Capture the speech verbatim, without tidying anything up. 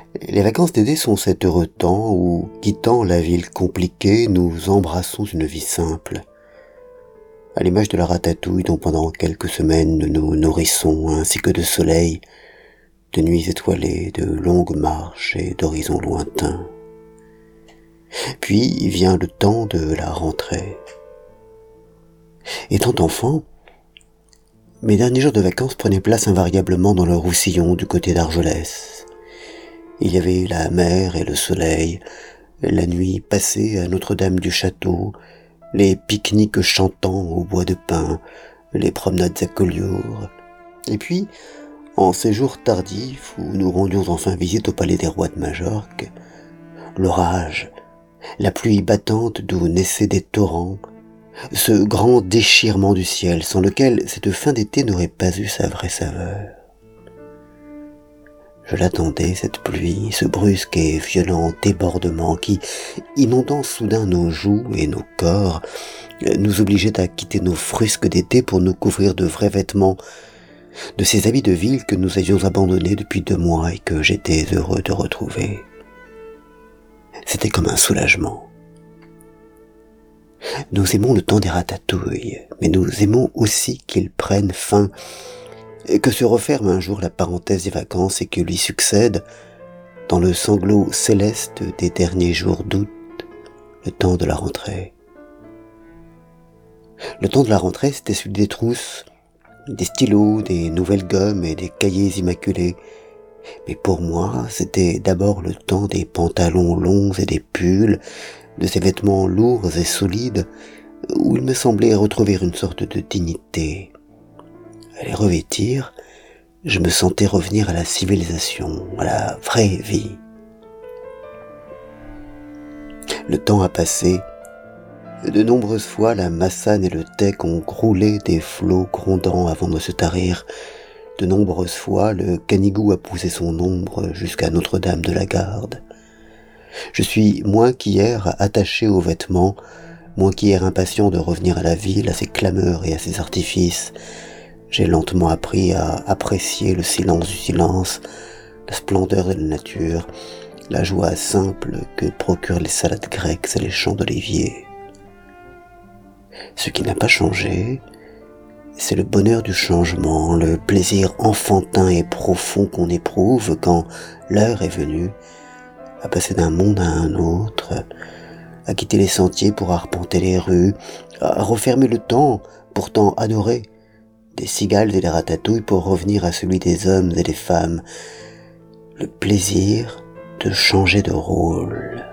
Les vacances d'été sont cet heureux temps où, quittant la ville compliquée, nous embrassons une vie simple. À l'image de la ratatouille dont pendant quelques semaines nous nous nourrissons, ainsi que de soleil, de nuits étoilées, de longues marches et d'horizons lointains. Puis vient le temps de la rentrée. Étant enfant, mes derniers jours de vacances prenaient place invariablement dans le Roussillon du côté d'Argelès. Il y avait la mer et le soleil, la nuit passée à Notre-Dame-du-Château, les pique-niques chantants au bois de pin, les promenades à Collioure. Et puis, en séjour tardif où nous rendions enfin visite au palais des rois de Majorque, l'orage, la pluie battante d'où naissaient des torrents, ce grand déchirement du ciel sans lequel cette fin d'été n'aurait pas eu sa vraie saveur. Je l'attendais, cette pluie, ce brusque et violent débordement qui, inondant soudain nos joues et nos corps, nous obligeait à quitter nos frusques d'été pour nous couvrir de vrais vêtements, de ces habits de ville que nous avions abandonnés depuis deux mois et que j'étais heureux de retrouver. C'était comme un soulagement. Nous aimons le temps des ratatouilles, mais nous aimons aussi qu'ils prennent fin, que se referme un jour la parenthèse des vacances et que lui succède, dans le sanglot céleste des derniers jours d'août, le temps de la rentrée. Le temps de la rentrée, c'était celui des trousses, des stylos, des nouvelles gommes et des cahiers immaculés. Mais pour moi, c'était d'abord le temps des pantalons longs et des pulls, de ces vêtements lourds et solides, où il me semblait retrouver une sorte de dignité. À les revêtir, je me sentais revenir à la civilisation, à la vraie vie. Le temps a passé. De nombreuses fois, la Massane et le Tech ont roulé des flots grondants avant de se tarir. De nombreuses fois, le Canigou a poussé son ombre jusqu'à Notre-Dame de la Garde. Je suis moins qu'hier attaché aux vêtements, moins qu'hier impatient de revenir à la ville, à ses clameurs et à ses artifices. J'ai lentement appris à apprécier le silence du silence, la splendeur de la nature, la joie simple que procurent les salades grecques et les champs d'olivier. Ce qui n'a pas changé, c'est le bonheur du changement, le plaisir enfantin et profond qu'on éprouve quand l'heure est venue à passer d'un monde à un autre, à quitter les sentiers pour arpenter les rues, à refermer le temps pourtant adoré des cigales et des ratatouilles pour revenir à celui des hommes et des femmes, le plaisir de changer de rôle.